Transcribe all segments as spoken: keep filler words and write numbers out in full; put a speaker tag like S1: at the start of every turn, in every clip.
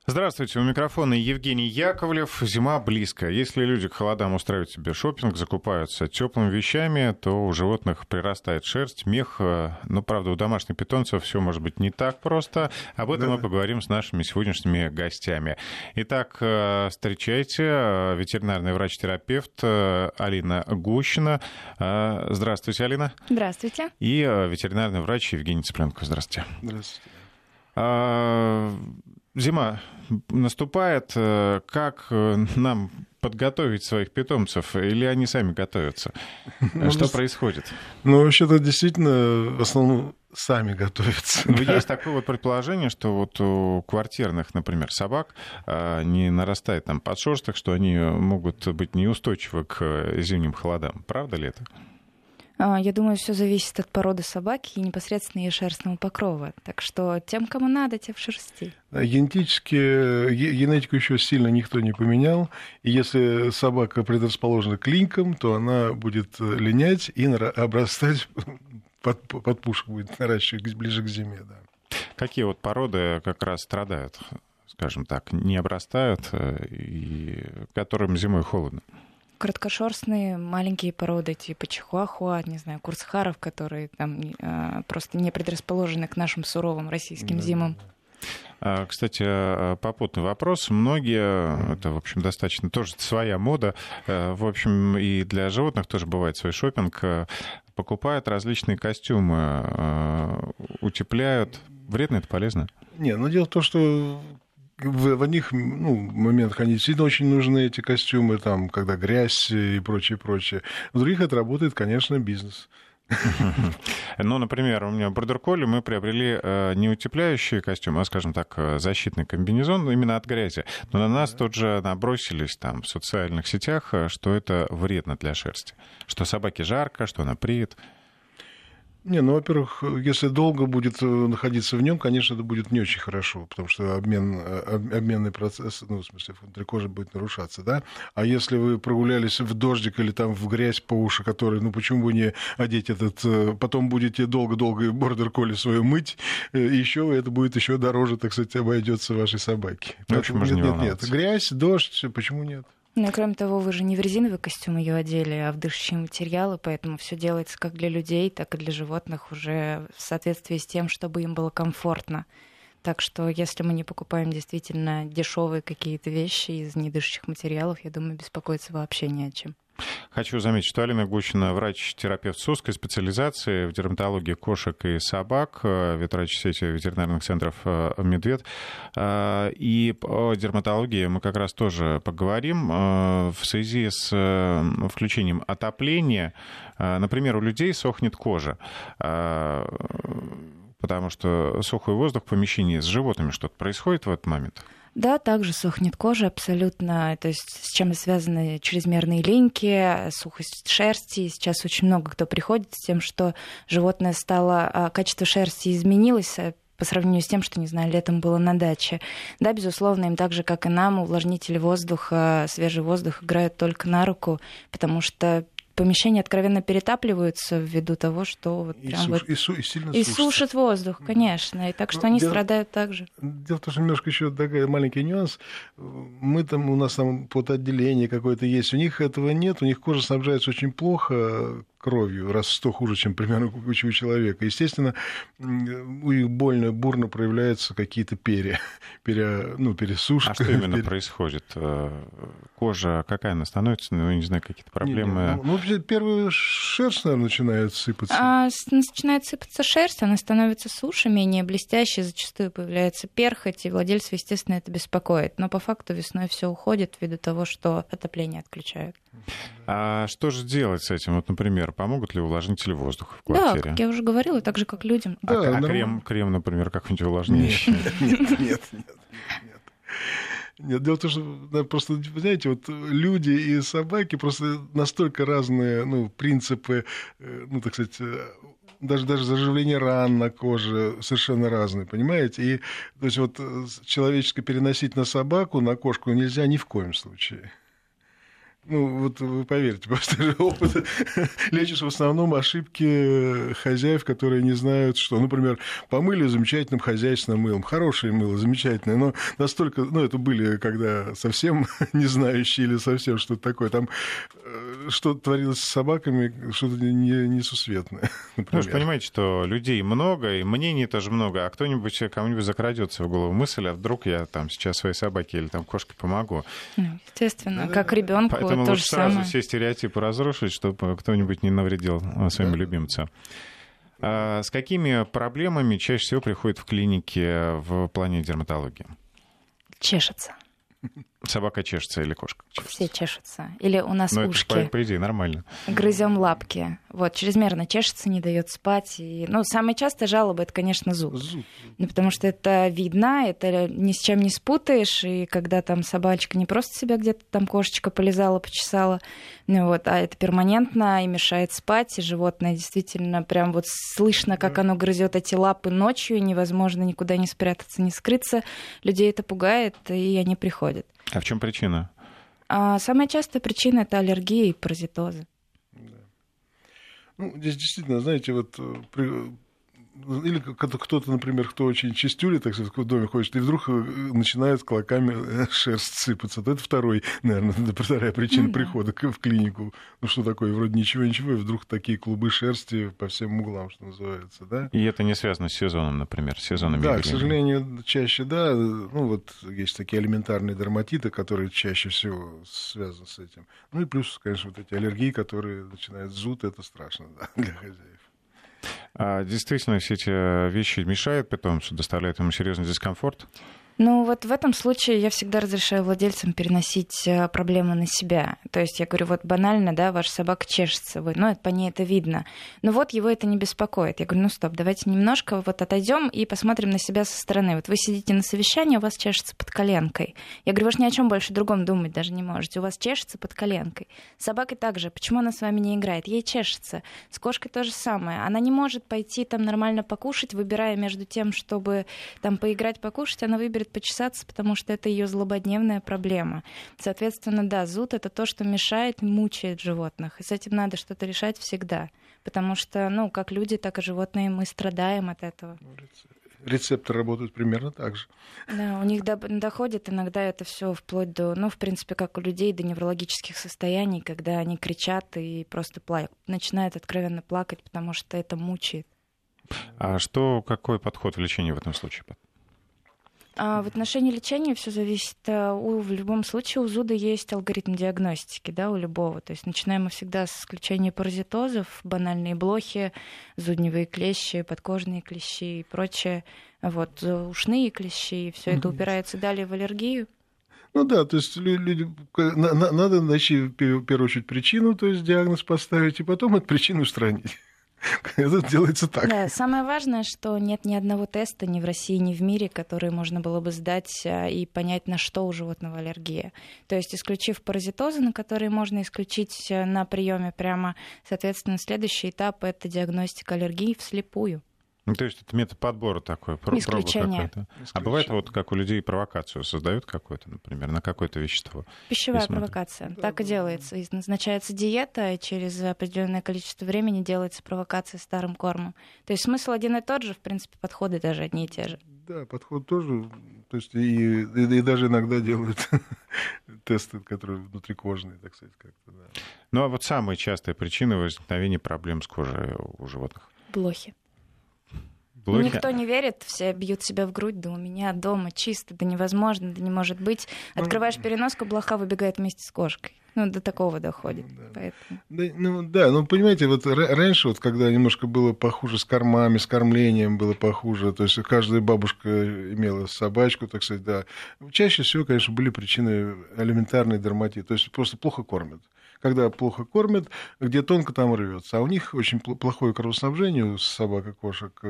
S1: Здравствуйте, у микрофона Евгений Яковлев. Зима близко. Если люди к холодам устраивают себе шопинг, закупаются теплыми вещами, то у животных прирастает шерсть, мех. Но, правда, у домашних питомцев все может быть не так просто. Об этом да. мы поговорим с нашими сегодняшними гостями. Итак, встречайте, ветеринарный врач-терапевт Алина Гущина. Здравствуйте, Алина.
S2: Здравствуйте.
S1: И ветеринарный врач Евгений Цыпленко. Здравствуйте.
S3: Здравствуйте.
S1: Зима наступает. Как нам подготовить своих питомцев? Или они сами готовятся? Ну, что происходит?
S3: Ну, вообще-то, действительно, в основном сами готовятся.
S1: Ну, да. Есть такое вот предположение, что вот у квартирных, например, собак не нарастает там подшерсток, что они могут быть неустойчивы к зимним холодам. Правда ли это?
S2: Я думаю, все зависит от породы собаки и непосредственно ее шерстного покрова. Так что тем, кому надо, тем в шерсти.
S3: Генетически, генетику еще сильно никто не поменял. И если собака предрасположена к линькам, то она будет линять и обрастать, под, подпушек будет наращивать ближе к зиме. Да.
S1: Какие вот породы как раз страдают, скажем так, не обрастают, и которым зимой холодно?
S2: Короткошерстные маленькие породы типа чихуахуа, не знаю, курсхаров, которые там э, просто не предрасположены к нашим суровым российским да. зимам.
S1: Кстати, попутный вопрос. Многие, это, в общем, достаточно тоже своя мода, в общем, и для животных тоже бывает свой шопинг, покупают различные костюмы, утепляют. Вредно это, полезно?
S3: Не, но дело в том, что В, в одних ну, моментах они действительно очень нужны, эти костюмы, там, когда грязь и прочее, прочее. В других это работает, конечно, бизнес.
S1: Ну, например, у меня бордер-колли, мы приобрели не утепляющий костюм, а, скажем так, защитный комбинезон именно от грязи. Но на нас тут же набросились там в социальных сетях, что это вредно для шерсти. Что собаке жарко, что она преет.
S3: Не, ну, во-первых, если долго будет находиться в нем, конечно, это будет не очень хорошо, потому что обмен, обменный процесс, ну, в смысле, внутри кожи будет нарушаться, да. А если вы прогулялись в дождик или там в грязь по уши, который, ну, почему бы не одеть этот, потом будете долго-долго бордер-колли свою мыть, и еще это будет еще дороже, так сказать, обойдется вашей собаке.
S1: В общем,
S3: нет,
S1: не
S3: нет, нет, грязь, дождь, почему нет?
S2: Ну и кроме того, вы же не в резиновый костюм ее одели, а в дышащие материалы, поэтому все делается как для людей, так и для животных уже в соответствии с тем, чтобы им было комфортно. Так что если мы не покупаем действительно дешевые какие-то вещи из недышащих материалов, я думаю, беспокоиться вообще не о чем.
S1: Хочу заметить, что Алина Гущина врач-терапевт с узкой специализацией в дерматологии кошек и собак, ветврач сети ветеринарных центров «Медвед». И о дерматологии мы как раз тоже поговорим. В связи с включением отопления, например, у людей сохнет кожа, потому что сухой воздух в помещении. С животными что-то происходит в этот момент?
S2: Да, также сохнет кожа абсолютно, то есть с чем связаны чрезмерные линьки, сухость шерсти. Сейчас очень много кто приходит с тем, что животное стало, качество шерсти изменилось по сравнению с тем, что, не знаю, летом было на даче. Да, безусловно, им так же, как и нам, увлажнители воздуха, свежий воздух играют только на руку, потому что помещения откровенно перетапливаются ввиду того, что вот
S3: и,
S2: прям
S3: суш,
S2: вот...
S3: и, су, и сильно
S2: и
S3: сушится.
S2: сушит воздух, конечно, и так что Но они дело... страдают так же.
S3: Дело в том, что немножко еще такой маленький нюанс. Мы там, у нас там потоотделение какое-то есть, у них этого нет, у них кожа снабжается очень плохо кровью, раз в сто хуже, чем примерно у человека. Естественно, у них больно, бурно проявляются какие-то перья, перья, ну, пересушка.
S1: А что именно перья. происходит? Кожа какая она становится? Ну, я не знаю, какие-то проблемы?
S3: Не, не, ну, ну, первая шерсть, наверное, начинает сыпаться.
S2: А, начинает сыпаться шерсть, она становится суше, менее блестящей, зачастую появляется перхоть, и владельца, естественно, это беспокоит. Но по факту весной все уходит ввиду того, что отопление отключают.
S1: А что же делать с этим? Вот, например, помогут ли увлажнители воздуха в квартире?
S2: Да, как я уже говорила, так же, как людям.
S1: А,
S3: да,
S1: а крем, крем, например, как-нибудь увлажняющий?
S3: Нет, нет, нет, нет. Нет, дело в том, что просто, вы знаете, вот люди и собаки просто настолько разные, ну, принципы, ну, так сказать, даже, даже заживление ран на коже совершенно разные, понимаете? И, то есть, вот человеческое переносить на собаку, на кошку нельзя ни в коем случае. Ну, вот вы поверьте, просто же опыт. Лечишь в основном ошибки хозяев, которые не знают, что, например, помыли замечательным хозяйственным мылом. Хорошее мыло, замечательное, но настолько, ну, это были, когда совсем не знающие или совсем что-то такое. Там что-то творилось с собаками, что-то несусветное.
S1: Вы же понимаете, что людей много, и мнений тоже много, а кто-нибудь, кому-нибудь закрадется в голову мысль, а вдруг я там сейчас своей собаке или там кошке помогу.
S2: Ну, естественно, да, как ребенку.
S1: Поэтому
S2: то
S1: лучше
S2: же
S1: сразу
S2: самое.
S1: все стереотипы разрушить, чтобы кто-нибудь не навредил своим
S3: да.
S1: любимцам. А с какими проблемами чаще всего приходят в клинике в плане дерматологии?
S2: Чешется.
S1: Собака чешется или кошка чешется?
S2: Все чешутся. Или у нас
S1: Но
S2: ушки.
S1: это, по, по идее, нормально.
S2: Грызем лапки. Вот, чрезмерно чешется, не дает спать. И, ну, самая частая жалоба — это, конечно, зуд.
S3: Зуд.
S2: Ну, потому что это видно, это ни с чем не спутаешь. И когда там собачка не просто себя где-то там кошечка полизала, почесала, ну, вот, а это перманентно и мешает спать. И животное действительно прям вот слышно, как оно грызет эти лапы ночью, и невозможно никуда не спрятаться, не скрыться. Людей это пугает, и они приходят.
S1: А в чем причина?
S2: А самая частая причина — это аллергия и паразитозы.
S3: Да. Ну, здесь действительно, знаете, вот при... или кто-то, например, кто очень чистюли, так сказать, в доме ходит, и вдруг начинает клоками шерсть сыпаться. Это второй, наверное, вторая причина ну, прихода да. в клинику. Ну, что такое, вроде ничего-ничего, и вдруг такие клубы шерсти по всем углам, что называется, да?
S1: И это не связано с сезоном, например, с сезоном
S3: Да,
S1: мигрени.
S3: к сожалению, чаще, да. Ну, вот есть такие элементарные дерматиты, которые чаще всего связаны с этим. Ну, и плюс, конечно, вот эти аллергии, которые начинают зуд, это страшно, да, для хозяев.
S1: А действительно, все эти вещи мешают питомцу, доставляют ему серьезный дискомфорт?
S2: Ну, вот в этом случае я всегда разрешаю владельцам переносить проблемы на себя. То есть я говорю, вот банально, да, ваша собака чешется, вы, ну, по ней это видно. Но вот его это не беспокоит. Я говорю, ну, стоп, давайте немножко вот отойдем и посмотрим на себя со стороны. Вот вы сидите на совещании, у вас чешется под коленкой. Я говорю, вы же ни о чем больше другом думать даже не можете. У вас чешется под коленкой. С собакой также. Почему она с вами не играет? Ей чешется. С кошкой то же самое. Она не может пойти там нормально покушать, выбирая между тем, чтобы там поиграть, покушать, она выберет почесаться, потому что это ее злободневная проблема. Соответственно, да, зуд — это то, что мешает, мучает животных. И с этим надо что-то решать всегда. Потому что, ну, как люди, так и животные, мы страдаем от этого.
S3: Рецепторы работают примерно так же.
S2: Да, у них доходит иногда это все вплоть до, ну, в принципе, как у людей, до неврологических состояний, когда они кричат и просто плачут, начинают откровенно плакать, потому что это мучает.
S1: А что, какой подход в лечении в этом случае?
S2: А в отношении лечения все зависит. У, в любом случае у зуда есть алгоритм диагностики, да, у любого. То есть начинаем мы всегда с исключения паразитозов, банальные блохи, зудневые клещи, подкожные клещи и прочее. Вот, ушные клещи, все это упирается далее в аллергию.
S3: Ну да, то есть люди, надо найти в первую очередь причину, то есть диагноз поставить, и потом эту причину устранить. Это делается так.
S2: Да, самое важное, что нет ни одного теста ни в России, ни в мире, который можно было бы сдать и понять, на что у животного аллергия. То есть, исключив паразитозы, на которые можно исключить на приеме прямо, соответственно, следующий этап — это диагностика аллергии вслепую.
S1: Ну, то есть это метод подбора такой,
S2: исключение.
S1: Пробы какой-то. А бывает вот как у людей провокацию создают какую-то, например, на какое-то вещество?
S2: Пищевая провокация. Да, так да, и делается. И назначается диета, и через определенное количество времени делается провокация старым кормом. То есть смысл один и тот же, в принципе, подходы даже одни и те же.
S3: Да, подход тоже. То есть и, и, и даже иногда делают тесты, которые внутрикожные, так сказать, как-то. Да.
S1: Ну а вот самые частые причины возникновения проблем с кожей у животных?
S2: Блохи.
S1: Блохи.
S2: Никто не верит, все бьют себя в грудь, да у меня дома чисто, да невозможно, да не может быть. Открываешь переноску, блоха выбегает вместе с кошкой. Ну, до такого доходит.
S3: Да.
S2: Поэтому...
S3: Да, ну, да, ну, понимаете, вот раньше, вот, когда немножко было похуже с кормами, с кормлением было похуже, то есть каждая бабушка имела собачку, так сказать, да, чаще всего, конечно, были причины элементарной дерматита, то есть просто плохо кормят. Когда плохо кормят, где тонко, там рвется. А у них очень плохое кровоснабжение у собак и кошек, ну,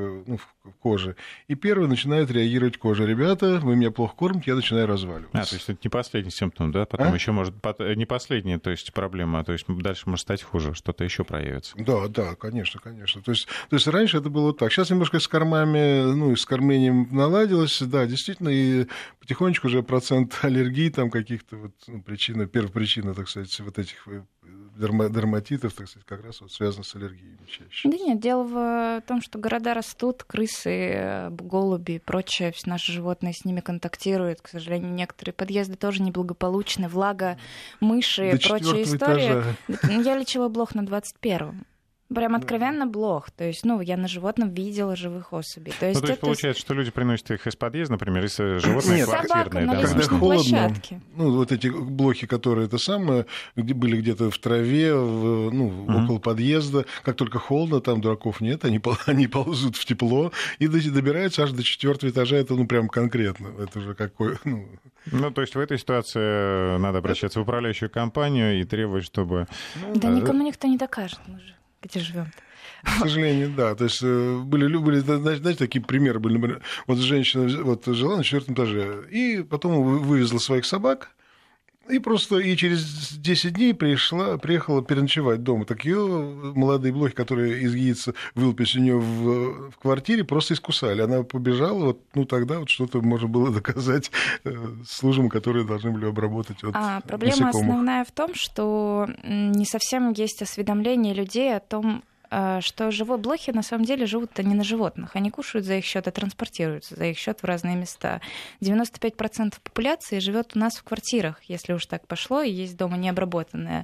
S3: кожи. И первый начинает реагировать кожа. Ребята, вы меня плохо кормите, я начинаю разваливаться.
S1: А, то есть это не последний симптом, да? Потом
S3: а?
S1: еще может... Не последняя, то есть проблема, то есть дальше может стать хуже, что-то еще проявится.
S3: Да, да, конечно, конечно. То есть, то есть раньше это было так. Сейчас немножко с кормами, ну, и с кормлением наладилось, да, действительно, и потихонечку уже процент аллергий там каких-то вот, ну, причина, первопричина, так сказать, вот этих дерматитов, так сказать, как раз вот связано с аллергиями чаще.
S2: Да нет, дело в том, что города растут, крысы, голуби и прочее, все наши животные с ними контактируют. К сожалению, некоторые подъезды тоже неблагополучны, влага, мыши и прочая история. Этажа. Я лечила блох на двадцать первом. Прям откровенно блох. То есть, ну, я на животном видела живых особей. То есть,
S1: ну, то есть
S2: это...
S1: получается, что люди приносят их из подъезда, например, из животных
S3: Нет,
S1: квартирные.
S2: Собака,
S1: да,
S3: когда холодно,
S2: площадке.
S3: ну, вот эти блохи, которые это самое, где были где-то в траве, в, ну, uh-huh. около подъезда, как только холодно, там дураков нет, они, они ползут в тепло и добираются аж до четвертого этажа. Это, ну, прям конкретно. Это уже какой... Ну,
S1: ну то есть в этой ситуации надо обращаться это... в управляющую компанию и требовать, чтобы...
S2: Да никому никто не докажет, мы же где живем.
S3: К сожалению, да. То есть были, были, знаете, такие примеры были. Например, вот женщина вот, жила на четвертом этаже, и потом вывезла своих собак, и просто и через десять дней пришла, приехала переночевать дома. Так ее молодые блохи, которые из яиц вылупились у нее в, в квартире, просто искусали. Она побежала, вот, ну тогда вот что-то можно было доказать службам, которые должны были обработать от
S2: а, проблема
S3: насекомых.
S2: Основная в том, что не совсем есть осведомление людей о том, что живые блохи на самом деле живут-то не на животных. Они кушают за их счет и транспортируются за их счет в разные места. девяносто пять процентов популяции живет у нас в квартирах, если уж так пошло, и есть дома необработанная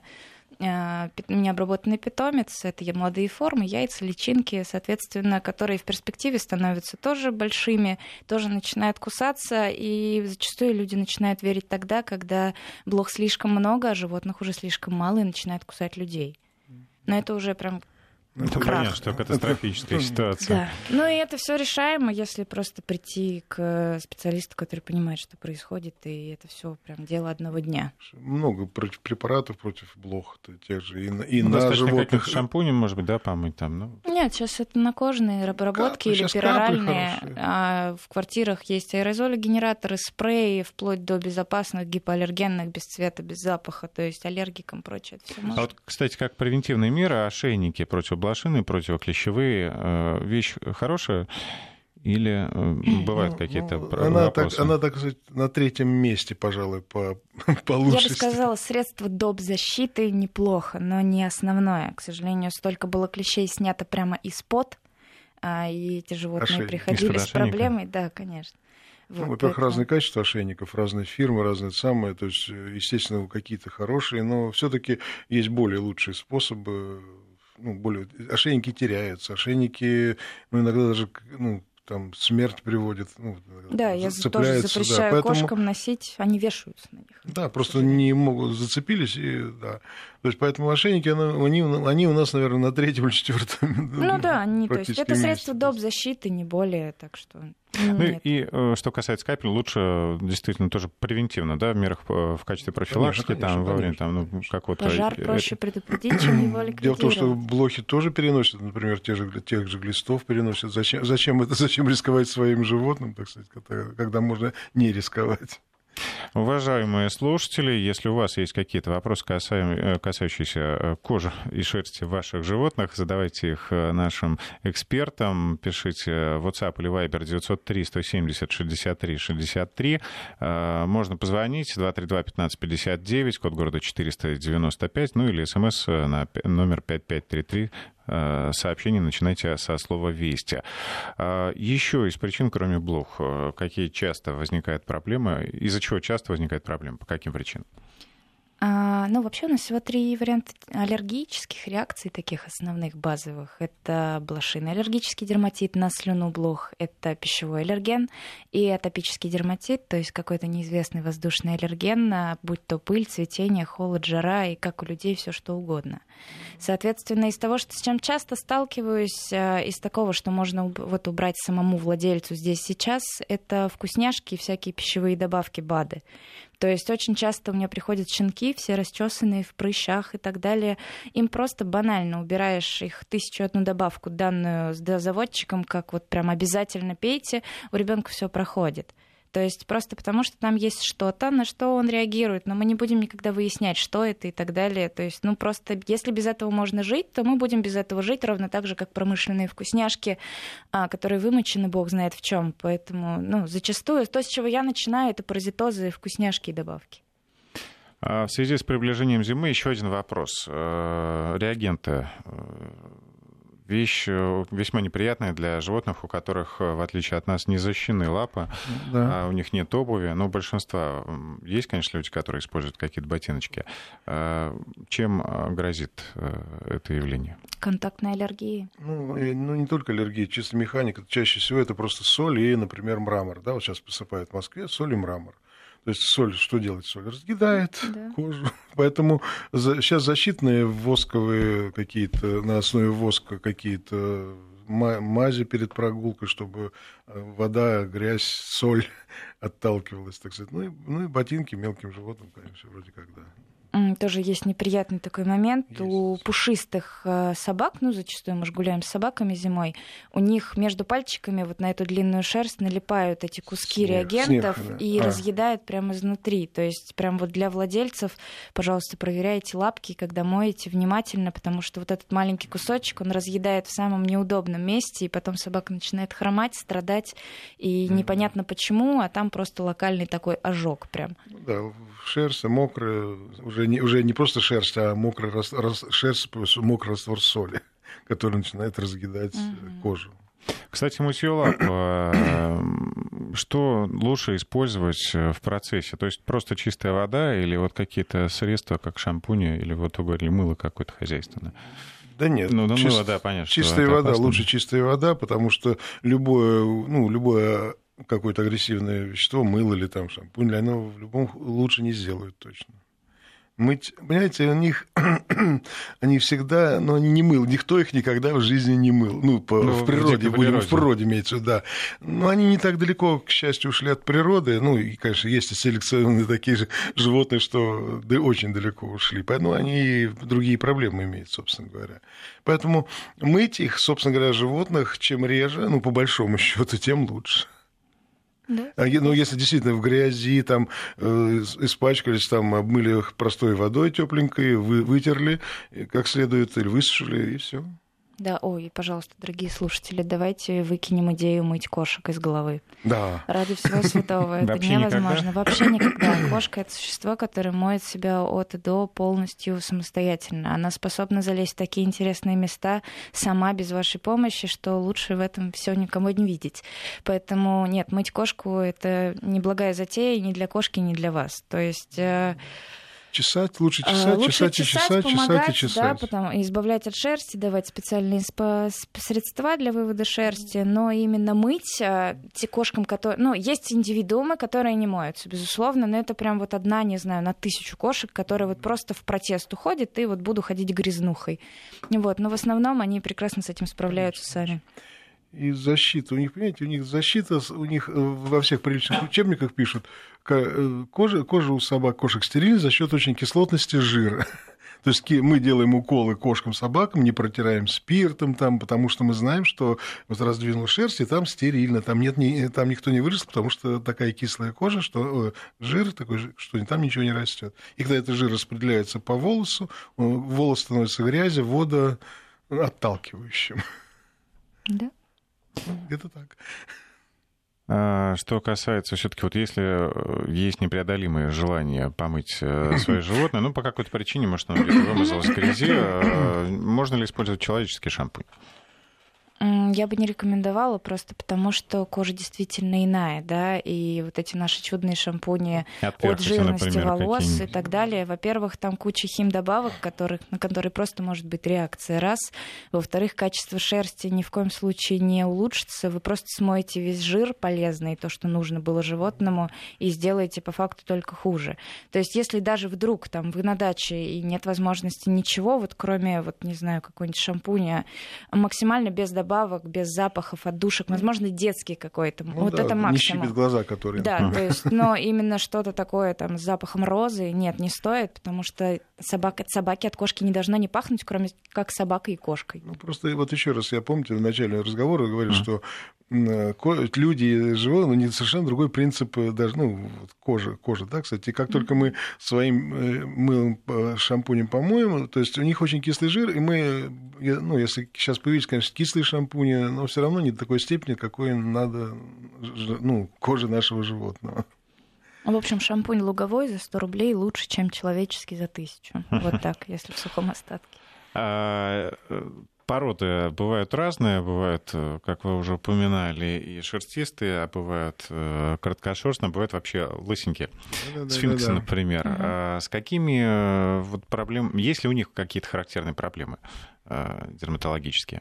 S2: необработанный питомец, это молодые формы, яйца, личинки, соответственно, которые в перспективе становятся тоже большими, тоже начинают кусаться, и зачастую люди начинают верить тогда, когда блох слишком много, а животных уже слишком мало, и начинают кусать людей. Но это уже прям...
S1: Это понятно, что катастрофическая ситуация.
S2: Да. Ну и это все решаемо, если просто прийти к специалисту, который понимает, что происходит, и это все прям дело одного дня.
S3: Много против препаратов против блох, тех же и, и
S1: ну,
S3: на животных.
S1: Шампунем, может быть, да, помыть там? Ну...
S2: Нет, сейчас это накожные обработки или пероральные. А в квартирах есть аэрозоли, генераторы, спреи, вплоть до безопасных гипоаллергенных, без цвета, без запаха, то есть аллергикам, прочее. Это всё
S1: а вот, кстати, как превентивные меры, ошейники против блошиные, противоклещевые, вещь хорошая или бывают ну, какие-то
S3: ну,
S1: вопросы?
S3: Она так, она, так сказать, на третьем месте, пожалуй, по, по лучшести.
S2: Я бы сказала, средство доп. Защиты неплохо, но не основное. К сожалению, столько было клещей снято прямо из-под, и эти животные Ошейник. приходили с проблемой. Да, конечно.
S3: Вот, ну, во-первых, поэтому... разные качества ошейников, разные фирмы, разные самые. То есть, естественно, какие-то хорошие, но все-таки есть более лучшие способы. Ну, более... Ошейники теряются, ошейники ну, иногда даже ну, там, смерть приводит. Ну,
S2: да, я тоже запрещаю да, поэтому... кошкам носить, они вешаются на них.
S3: Да, просто не могут, зацепились, и да. То есть поэтому ошейники, они, они у нас, наверное, на третьем или четвертом.
S2: Ну да, они, то есть это средство доп. Защиты, не более, так что...
S1: Ну нет. И что касается капель, лучше действительно тоже превентивно, да, в мерах в качестве профилактики, конечно, там, конечно, во время там, ну, какого-то...
S2: Пожар проще предупредить, чем его ликвидировать.
S3: Дело в том, что блохи тоже переносят, например, тех же, тех же глистов переносят. Зачем, зачем, это, зачем рисковать своим животным, так сказать, когда, когда можно не рисковать?
S1: Уважаемые слушатели, если у вас есть какие-то вопросы, касающиеся кожи и шерсти ваших животных, задавайте их нашим экспертам, пишите в WhatsApp или Viber девятьсот три сто семьдесят шестьдесят три шестьдесят три. Можно позвонить два три два пятнадцать пятьдесят девять, код города четыреста девяносто пять, ну или смс на номер пять пять три три. Сообщение начинайте со слова «Вести». Еще из причин, кроме блох, какие часто возникают проблемы? Из-за чего часто возникает проблема? По каким причинам?
S2: А, ну, вообще у нас всего три варианта аллергических реакций, таких основных, базовых. Это блошиный аллергический дерматит на слюну, блох, это пищевой аллерген и атопический дерматит, то есть какой-то неизвестный воздушный аллерген, будь то пыль, цветение, холод, жара и как у людей все что угодно. Соответственно, из того, что, с чем часто сталкиваюсь, из такого, что можно вот убрать самому владельцу здесь сейчас, это вкусняшки и всякие пищевые добавки БАДы. То есть очень часто у меня приходят щенки, все расчесанные в прыщах и так далее. Им просто банально убираешь их тысячу одну добавку, данную с дозаводчиком, как вот прям обязательно пейте, у ребенка все проходит. То есть просто потому, что там есть что-то, на что он реагирует, но мы не будем никогда выяснять, что это и так далее. То есть, ну просто, если без этого можно жить, то мы будем без этого жить, ровно так же, как промышленные вкусняшки, которые вымочены бог знает в чем. Поэтому, ну, зачастую то, с чего я начинаю, это паразитозы, вкусняшки и добавки.
S1: В связи с приближением зимы еще один вопрос. Реагенты. Вещь весьма неприятная для животных, у которых, в отличие от нас, не защищены лапы, да. а у них нет обуви. Но у большинства есть, конечно, люди, которые используют какие-то ботиночки. Чем грозит это явление?
S2: Контактной аллергией.
S3: Ну, ну, не только аллергия, чисто механика. Чаще всего это просто соль и, например, мрамор. Да, вот сейчас посыпают в Москве соль и мрамор. То есть соль, что делает соль? Разъедает да. кожу. Поэтому за, сейчас защитные восковые какие-то, на основе воска какие-то мази перед прогулкой, чтобы вода, грязь, соль отталкивалась, так сказать. Ну и, ну и ботинки мелким животным, конечно, вроде как да.
S2: Тоже есть неприятный такой момент. Есть. У пушистых собак, ну, зачастую мы же гуляем с собаками зимой, у них между пальчиками вот на эту длинную шерсть налипают эти куски снег, реагентов снег, да. и а. разъедает прямо изнутри. То есть прям вот для владельцев, пожалуйста, проверяйте лапки, когда моете внимательно, потому что вот этот маленький кусочек, он разъедает в самом неудобном месте, и потом собака начинает хромать, страдать, и mm-hmm. непонятно почему, а там просто локальный такой ожог прям.
S3: Да, шерсть мокрая, уже не, уже не просто шерсть, а мокрая рас, рас, шерсть плюс мокрый раствор соли, который начинает разъедать mm-hmm. кожу.
S1: Кстати, мытье лап, что лучше использовать в процессе? То есть просто чистая вода или вот какие-то средства, как шампуни, или вот вы говорили, мыло какое-то хозяйственное?
S3: Да нет,
S1: ну, ну,
S3: чист,
S1: мыло, да, понятно,
S3: чистая вода, опасно. Лучше чистая вода, потому что любое, ну, любое какое-то агрессивное вещество, мыло или там шампунь, оно в любом лучше не сделают точно. Мыть, понимаете, у них, они всегда, но они не мыл, никто их никогда в жизни не мыл, ну, по, ну в природе, будем природе. в природе имеется, да. Но они не так далеко, к счастью, ушли от природы, ну, и, конечно, есть и селекционные такие же животные, что да, очень далеко ушли, поэтому они другие проблемы имеют, собственно говоря. Поэтому мыть их, собственно говоря, животных, чем реже, ну, по большому счету, тем лучше. Да. Ну, если действительно в грязи там э, испачкались, там обмыли их простой водой тепленькой, вы, вытерли как следует или высушили, и все.
S2: Да, ой, пожалуйста, дорогие слушатели, давайте выкинем идею мыть кошек из головы.
S3: Да.
S2: Ради всего святого. Это невозможно. Вообще никогда. Кошка — это существо, которое моет себя от и до полностью самостоятельно. Она способна залезть в такие интересные места сама, без вашей помощи, что лучше в этом все никому не видеть. Поэтому нет, мыть кошку — это неблагая затея ни для кошки, ни для вас. То есть...
S3: Чесать, лучше чесать,
S2: лучше
S3: чесать, чесать, чесать,
S2: помогать,
S3: чесать и чесать.
S2: Да, потом избавлять от шерсти, давать специальные средства для вывода шерсти, но именно мыть те кошкам, которые... Ну, есть индивидуумы, которые не моются, безусловно, но это прям вот одна, не знаю, на тысячу кошек, которые вот просто в протест уходят, и вот буду ходить грязнухой. Вот. Но в основном они прекрасно с этим справляются сами.
S3: И защита. У них, понимаете, у них защита, у них во всех приличных учебниках пишут, кожа, кожа у собак, кошек стерильна за счет очень кислотности жира. То есть мы делаем уколы кошкам, собакам, не протираем спиртом, там, потому что мы знаем, что вот раздвинул шерсть, и там стерильно, там, нет, там никто не вырос, потому что такая кислая кожа, что жир такой, что там ничего не растет. И когда этот жир распределяется по волосу, волос становится грязью, водоотталкивающим.
S2: Да.
S3: Где-то так.
S1: Что касается все-таки, вот если есть непреодолимое желание помыть свое животное, ну, по какой-то причине, может, оно где-то вымазалось в грязи, можно ли использовать человеческий шампунь?
S2: Я бы не рекомендовала, просто потому что кожа действительно иная, да, и вот эти наши чудные шампуни от, от жирности, например, волос и так далее. Во-первых, там куча химдобавок, которых, на которые просто может быть реакция, раз. Во-вторых, качество шерсти ни в коем случае не улучшится. Вы просто смоете весь жир полезный, то, что нужно было животному, и сделаете по факту только хуже. То есть если даже вдруг там вы на даче и нет возможности ничего, вот кроме, вот не знаю, какой-нибудь шампуня, максимально без добавок, добавок, без запахов, отдушек, возможно, детский какой-то. Ну, вот
S3: да,
S2: это максимум.
S3: Не щипит глаза, которые...
S2: Да, то есть, но именно что-то такое там с запахом розы, нет, не стоит, потому что собака, от собаки, от кошки не должно не пахнуть, кроме как собакой и кошкой.
S3: Ну, просто вот еще раз, я помните, в начале разговора говорили, mm. что люди и животные, ну, не совершенно другой принцип даже, ну, кожи, кожа, да, кстати. И как mm. только мы своим мылом, шампунем помоем, то есть у них очень кислый жир, и мы, ну, если сейчас появились, конечно, кислые шампуни, но все равно не до такой степени, какой надо, ну, коже нашего животного.
S2: В общем, шампунь луговой за сто рублей лучше, чем человеческий за тысячу. Вот так, если в сухом остатке.
S1: Породы бывают разные, бывают, как вы уже упоминали, и шерстистые, а бывают короткошерстные, бывают вообще лысенькие. Да, сфинксы, да, да, например. Угу. А с какими вот проблемами, есть ли у них какие-то характерные проблемы дерматологические?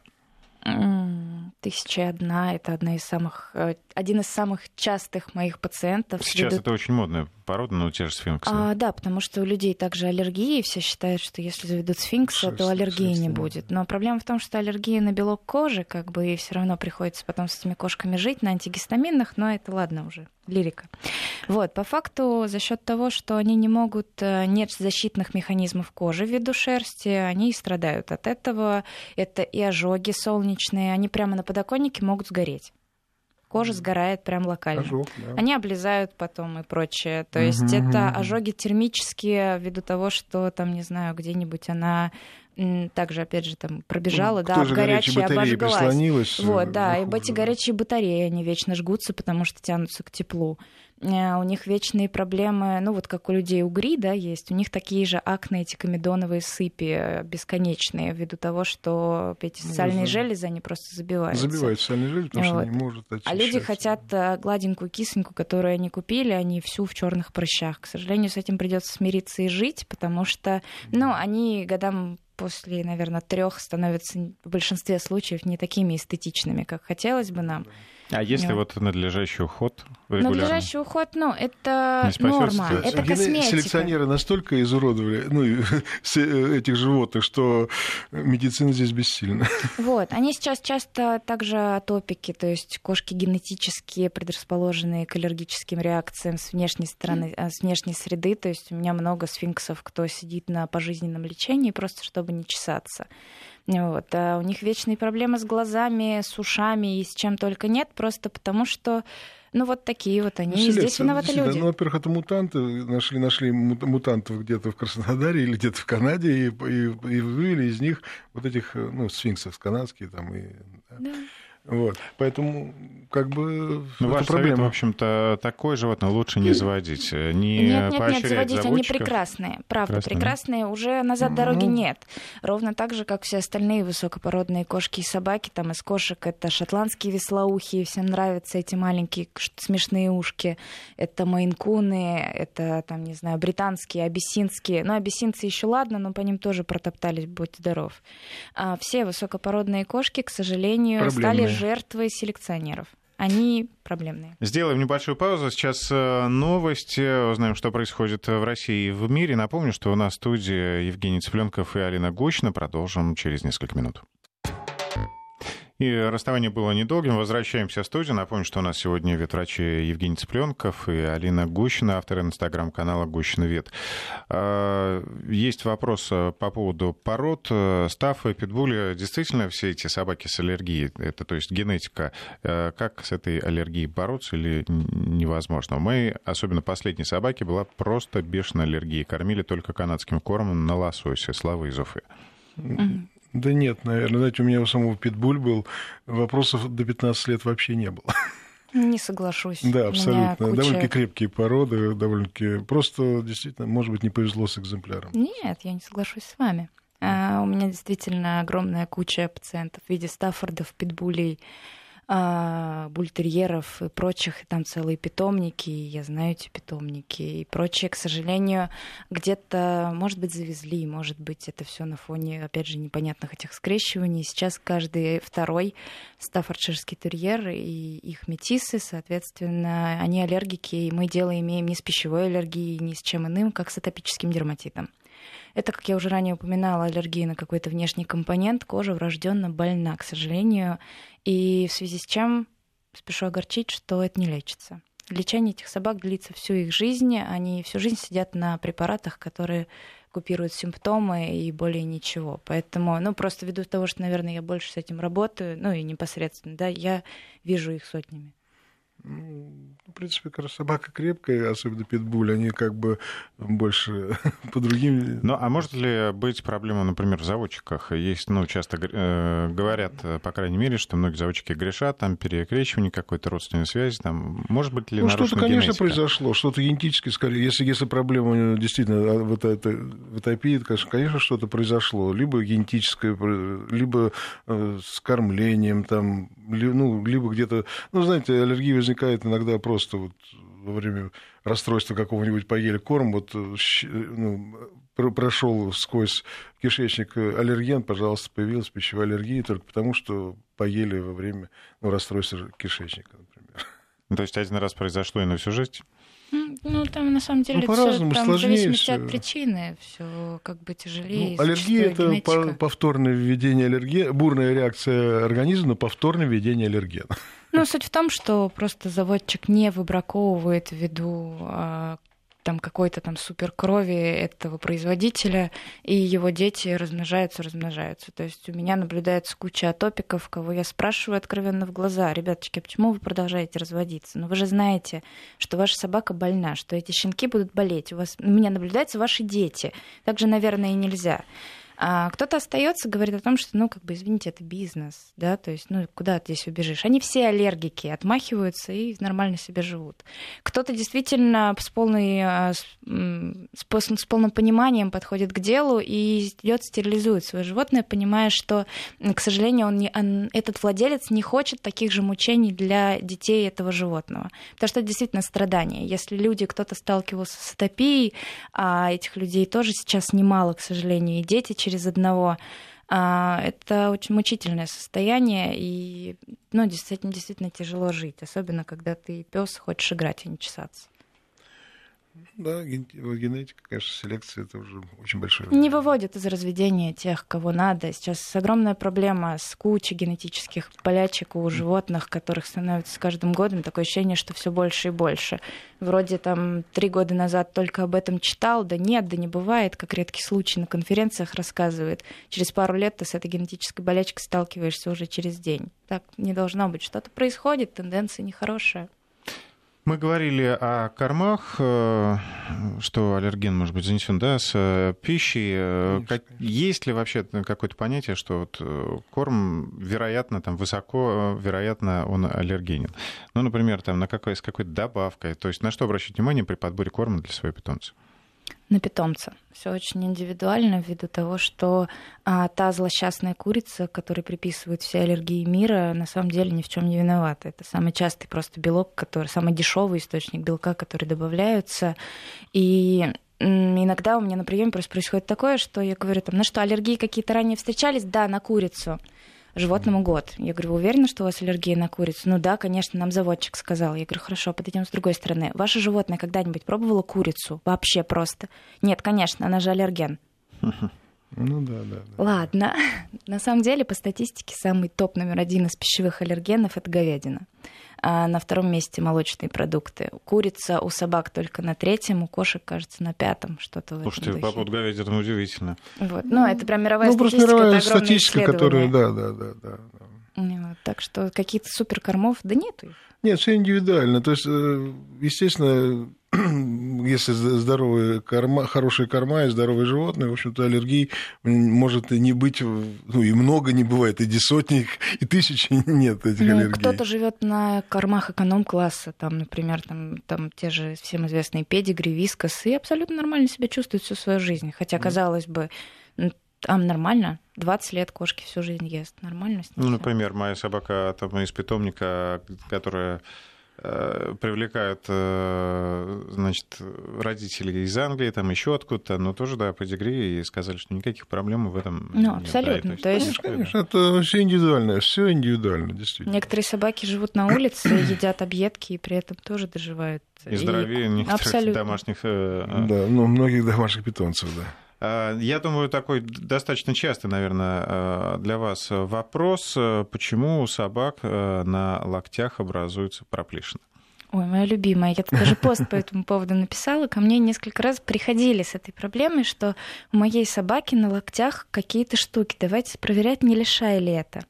S2: Тысяча и одна — это одна из самых, один из самых частых моих пациентов.
S1: Сейчас ведут... это очень модная порода, но те же сфинксы.
S2: А, да, потому что у людей также аллергии, все считают, что если заведут сфинкса, шерсть, то аллергии шерсть, не да. будет. Но проблема в том, что аллергия на белок кожи, как бы, и все равно приходится потом с этими кошками жить на антигистаминных, но это ладно уже, лирика. Вот, по факту, за счет того, что они не могут, нет защитных механизмов кожи ввиду шерсти, они и страдают от этого. Это и ожоги солнечные, они прямо на подоконнике могут сгореть. Кожа сгорает прям локально. Ожог, да. Они облизают потом и прочее. То есть угу, это угу. ожоги термические ввиду того, что там, не знаю, где-нибудь она также, опять же, там пробежала, ну, да, об горячей обожглась. Вот, да, и эти горячие батареи, они вечно жгутся, потому что тянутся к теплу. У них вечные проблемы, ну вот как у людей угри, да, есть, у них такие же акне, эти комедоновые сыпи бесконечные, ввиду того, что эти социальные ну, железы, они просто забиваются.
S3: Забивают социальные железы, потому вот. Что не может очищаться.
S2: А люди хотят гладенькую кисоньку, которую они купили, они всю в черных прыщах. К сожалению, с этим придется смириться и жить, потому что, ну, они годам после, наверное, трех становятся в большинстве случаев не такими эстетичными, как хотелось бы нам.
S1: А если вот, вот надлежащий уход регулярный?
S2: Надлежащий уход, ну, это норма, это косметика.
S3: Селекционеры настолько изуродовали ну, этих животных, что медицина здесь бессильна.
S2: Вот, они сейчас часто также атопики, то есть кошки генетически предрасположенные к аллергическим реакциям с внешней стороны, с внешней среды, то есть у меня много сфинксов, кто сидит на пожизненном лечении просто чтобы не чесаться. Вот. А у них вечные проблемы с глазами, с ушами и с чем только нет, просто потому что, ну, вот такие вот они, ну, здесь виноваты люди.
S3: Ну, во-первых, это мутанты, нашли, нашли мутантов где-то в Краснодаре или где-то в Канаде и, и, и вывели из них вот этих, ну, сфинксов канадские там и...
S2: Да.
S3: Вот. Поэтому, как бы,
S1: ну, ваш совет, в общем-то, такое животное лучше не заводить, не
S2: нет, нет,
S1: поощрять
S2: нет, заводить,
S1: заводчиков.
S2: Они прекрасные, правда, прекрасные, прекрасные. Уже назад дороги ну... нет. Ровно так же, как все остальные высокопородные кошки и собаки. Там из кошек это шотландские вислоухие, всем нравятся эти маленькие смешные ушки. Это мейн-куны, это, там, не знаю, британские, абиссинские. Ну, абиссинцы еще ладно, но по ним тоже протоптались, будь здоров. А все высокопородные кошки, к сожалению,
S3: проблемные.
S2: Стали жертвой селекционеров. Они проблемные.
S1: Сделаем небольшую паузу. Сейчас новости. Узнаем, что происходит в России и в мире. Напомню, что у нас в студии Евгений Цыпленков и Алина Гущина. Продолжим через несколько минут. И расставание было недолгим. Возвращаемся в студию. Напомню, что у нас сегодня ветврачи Евгений Цыпленков и Алина Гущина, авторы инстаграм-канала Гущина Вет. Есть вопрос по поводу пород. Стаффа и питбули. Действительно, все эти собаки с аллергией, это то есть генетика, как с этой аллергией бороться или невозможно? У моей, особенно последней собаки, была просто бешеная аллергия. Кормили только канадским кормом на лосося. Слава Изофы.
S2: Mm-hmm.
S3: Да нет, наверное. Знаете, у меня у самого питбуль был, вопросов до пятнадцати лет вообще не было.
S2: Не соглашусь.
S3: Да, абсолютно. Куча... Довольно-таки крепкие породы, довольно-таки... Просто, действительно, может быть, не повезло с экземпляром.
S2: Нет, я не соглашусь с вами. А, у меня действительно огромная куча пациентов в виде стаффордов, питбулей, бультерьеров и прочих, и там целые питомники, и я знаю эти питомники, и прочее, к сожалению, где-то, может быть, завезли, может быть, это все на фоне, опять же, непонятных этих скрещиваний. Сейчас каждый второй стаффордширский терьер и их метисы, соответственно, они аллергики, и мы дело имеем не с пищевой аллергией, ни с чем иным, как с атопическим дерматитом. Это, как я уже ранее упоминала, аллергия на какой-то внешний компонент. Кожа врожденно больна, к сожалению. И в связи с чем спешу огорчить, что это не лечится. Лечение этих собак длится всю их жизнь. Они всю жизнь сидят на препаратах, которые купируют симптомы и более ничего. Поэтому, ну, просто ввиду того, что, наверное, я больше с этим работаю, ну, и непосредственно, да, я вижу их сотнями.
S3: Ну, в принципе, как раз собака крепкая, особенно питбуль, они как бы больше по другим...
S1: Ну, а может ли быть проблема, например, в заводчиках? Есть, ну, часто э, говорят, по крайней мере, что многие заводчики грешат, там перекрещивание какой-то родственной связи, там, может быть ли
S3: ну,
S1: нарушена
S3: что-то, конечно,
S1: генетика?
S3: произошло, что-то генетическое, скорее. Если, если проблема действительно вот это, в атопии, конечно, конечно, что-то произошло. Либо генетическое, либо э, с кормлением, там, ли, ну, либо где-то... Ну, знаете, аллергия возникает иногда просто вот во время расстройства какого-нибудь поели корм, вот ну, прошел сквозь кишечник аллерген, пожалуйста, появилась пищевая аллергия только потому, что поели во время ну, расстройства кишечника, например.
S1: То есть один раз произошло и на всю жизнь?
S2: Ну, там на самом деле
S3: ну, по-разному,
S2: всё, там,
S3: сложнее
S2: в зависимости
S3: всё.
S2: от причины, все как бы тяжелее.
S3: Ну, аллергия — это
S2: генетика.
S3: повторное введение аллергена, бурная реакция организма на повторное введение аллергена.
S2: Ну, суть в том, что просто заводчик не выбраковывает ввиду а, там какой-то там суперкрови этого производителя, и его дети размножаются, размножаются. То есть у меня наблюдается куча атопиков, кого я спрашиваю откровенно в глаза: ребяточки, а почему вы продолжаете разводиться? Ну вы же знаете, что ваша собака больна, что эти щенки будут болеть. У вас, у меня наблюдаются ваши дети. Так же, наверное, и нельзя. А кто-то остается, говорит о том, что, ну, как бы, извините, это бизнес, да, то есть, ну, куда ты здесь убежишь? Они все аллергики, отмахиваются и нормально себе живут. Кто-то действительно с, полной, с, с полным пониманием подходит к делу и идет стерилизует свое животное, понимая, что, к сожалению, он не, он, этот владелец не хочет таких же мучений для детей этого животного. Потому что это действительно страдание. Если люди, кто-то сталкивался с атопией, а этих людей тоже сейчас немало, к сожалению, и дети через одного. Это очень мучительное состояние, и ну, действительно, действительно тяжело жить, особенно когда ты пес, хочешь играть, а не чесаться.
S3: Да, генетика, конечно, селекция — это уже очень большое.
S2: Не выводят из разведения тех, кого надо. Сейчас огромная проблема с кучей генетических болячек у животных, которых становится с каждым годом. Такое ощущение, что все больше и больше. Вроде там три года назад только об этом читал, да нет, да не бывает, как редкий случай на конференциях рассказывает. Через пару лет ты с этой генетической болячкой сталкиваешься уже через день. Так не должно быть. Что-то происходит, тенденция нехорошая.
S1: Мы говорили о кормах, что аллерген может быть занесен, да, с пищей. Как, есть ли вообще какое-то понятие, что вот корм, вероятно, там высоко, вероятно, он аллергенен? Ну, например, там на какой, с какой-то добавкой. То есть на что обращать внимание при подборе корма для своего питомца?
S2: На питомца. Все очень индивидуально ввиду того, что а, та злосчастная курица, которой приписывают все аллергии мира, на самом деле ни в чем не виновата. Это самый частый просто белок, который самый дешевый источник белка, который добавляются. И иногда у меня на приеме просто происходит такое, что я говорю, там, ну что, аллергии какие-то ранее встречались? Да, на курицу. Животному год. Я говорю, вы уверены, что у вас аллергия на курицу? Ну да, конечно, нам заводчик сказал. Я говорю, хорошо, подойдем с другой стороны. Ваше животное когда-нибудь пробовало курицу? Вообще просто? Нет, конечно, она же аллерген.
S3: Ну да, да, да.
S2: Ладно. На самом деле, по статистике, самый топ номер один из пищевых аллергенов — это говядина. А на втором месте молочные продукты. Курица у собак только на третьем, у кошек, кажется, на пятом, что-то в этом
S1: Слушайте,
S2: духе.
S1: по поводу говядины удивительно.
S2: Вот. Ну, это прям мировая
S3: ну,
S2: статистика,
S3: просто мировая
S2: это огромное
S3: статистика,
S2: исследование.
S3: которая, да, да, да, да.
S2: Вот. Так что какие-то суперкормов, да нету их.
S3: Нет, все индивидуально. То есть, естественно, если здоровые корма, хорошие корма и здоровые животные, в общем-то, аллергий может и не быть, ну, и много не бывает, и сотни, и тысячи нет этих
S2: ну,
S3: аллергий.
S2: Кто-то живет на кормах эконом-класса, там, например, там, там те же всем известные педигри, вискас, и абсолютно нормально себя чувствуют всю свою жизнь. Хотя, казалось бы, там нормально, двадцать лет кошки всю жизнь ест, нормально с ней.
S1: Ну, например, моя собака там, из питомника, которая э, привлекает э, значит, родителей из Англии, там еще откуда-то, но тоже, да, педигри, и сказали, что никаких проблем в этом
S2: ну,
S1: нет.
S2: абсолютно.
S1: Да,
S2: то есть,
S3: конечно, это все индивидуально, все индивидуально, действительно.
S2: Некоторые собаки живут на улице, едят объедки и при этом тоже доживают.
S1: И здоровее некоторых
S2: абсолютно.
S1: домашних... Э,
S3: да, ну, многих домашних питомцев, да.
S1: Я думаю, такой достаточно частый, наверное, для вас вопрос, почему у собак на локтях образуются проплешины?
S2: Ой, моя любимая. Я тут даже пост по этому поводу написала. Ко мне несколько раз приходили с этой проблемой, что у моей собаки на локтях какие-то штуки. Давайте проверять, не лишай ли это.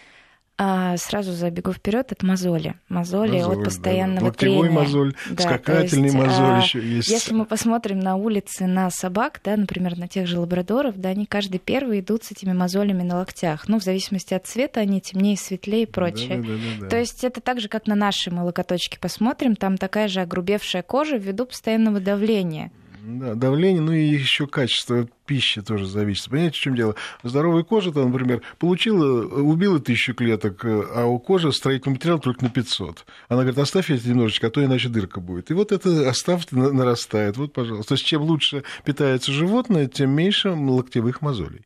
S2: А сразу забегу вперед, это мозоли. Мозоли
S3: мозоль,
S2: от постоянного
S3: да. Локтевой
S2: трения.
S3: мозоль,
S2: да,
S3: скакательный
S2: есть,
S3: мозоль
S2: а,
S3: еще есть.
S2: Если мы посмотрим на улице на собак, да, например, на тех же лабрадоров, да, они каждый первый идут с этими мозолями на локтях. Ну, в зависимости от цвета, они темнее, светлее и прочее.
S3: Да, да, да, да.
S2: То есть это так же, как на наши мы локоточки посмотрим, там такая же огрубевшая кожа ввиду постоянного давления.
S3: Да, давление, ну и еще качество пищи тоже зависит. Понимаете, в чем дело? Здоровая кожа, там, например, получила, убила тысячу клеток, а у кожи строительный материал только на пятьсот. Она говорит, оставь это немножечко, а то иначе дырка будет. И вот это оставьте, нарастает. Вот, пожалуйста. То есть чем лучше питается животное, тем меньше локтевых мозолей.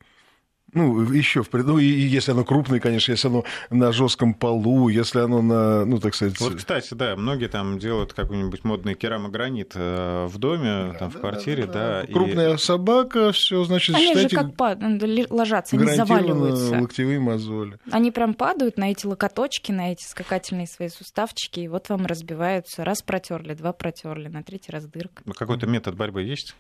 S3: Ну, еще, ну, и если оно крупное, конечно, если оно на жестком полу, если оно на, ну, так сказать...
S1: Вот, кстати, да, многие там делают какой-нибудь модный керамогранит в доме,
S3: да,
S1: там, в
S3: да,
S1: квартире,
S3: да.
S1: да.
S3: да. Крупная
S1: и...
S3: собака, все, значит,
S2: они
S3: считайте...
S2: же как пад... ложатся, они заваливаются.
S3: Локтевые мозоли.
S2: Они прям падают на эти локоточки, на эти скакательные свои суставчики, и вот вам разбиваются. Раз протерли, два протерли, на третий раз дырка.
S1: Какой-то метод борьбы есть?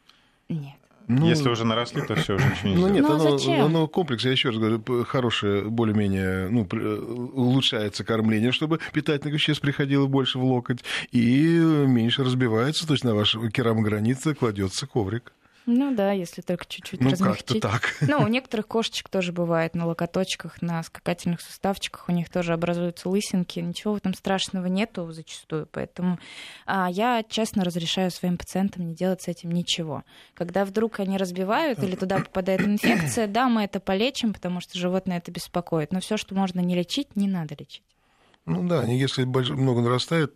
S2: Нет.
S1: Ну, если уже наросли, то все уже ничего не
S3: ну,
S1: сделать.
S3: нет,
S2: ну,
S3: оно,
S2: зачем?
S3: оно комплекс, я еще раз говорю, хорошее, более-менее, ну, улучшается кормление, чтобы питательных веществ приходило больше в локоть, и меньше разбивается, то есть на ваш керамогранит кладется коврик.
S2: Ну да, если только чуть-чуть
S3: ну,
S2: размягчить.
S3: как-то так.
S2: Ну, у некоторых кошечек тоже бывает на локоточках, на скакательных суставчиках, у них тоже образуются лысинки. Ничего в этом страшного нету зачастую, поэтому а, я честно разрешаю своим пациентам не делать с этим ничего. Когда вдруг они разбивают или туда попадает инфекция, да, мы это полечим, потому что животное это беспокоит, но все, что можно не лечить, не надо лечить.
S3: Ну да, если много нарастает,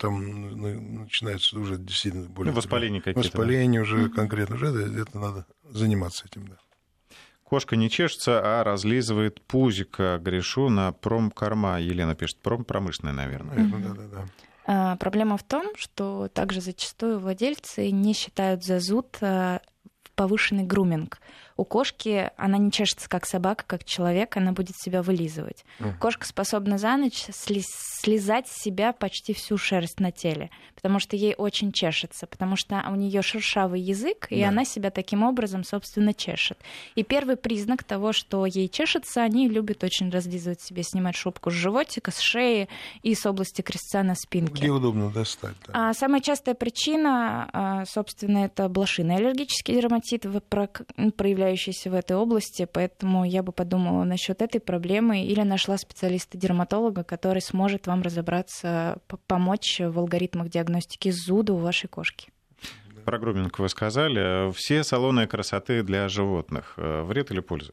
S3: там начинается уже действительно более...
S1: Ну, воспаление какие-то.
S3: Воспаление
S1: да.
S3: уже конкретно, уже это надо заниматься этим, да.
S1: Кошка не чешется, а разлизывает пузико. Грешу на промкорма. Елена пишет, промпромышленная, наверное.
S3: Наверное, да-да-да.
S2: А, проблема в том, что также зачастую владельцы не считают за зуд а, повышенный груминг. У кошки она не чешется как собака, как человек, она будет себя вылизывать. Mm. Кошка способна за ночь сли- слизать с себя почти всю шерсть на теле, потому что ей очень чешется, потому что у нее шершавый язык, и yeah. она себя таким образом, собственно, чешет. И первый признак того, что ей чешется, они любят очень разлизывать себе, снимать шубку с животика, с шеи и с области крестца на спинке.
S3: Где удобно достать. Да.
S2: А самая частая причина, собственно, это блошиный аллергический дерматит, проявляющийся в этой области, поэтому я бы подумала насчет этой проблемы или нашла специалиста-дерматолога, который сможет вам разобраться, помочь в алгоритмах диагностики зуда у вашей кошки.
S1: Про груминг вы сказали. Все салоны красоты для животных. Вред или польза?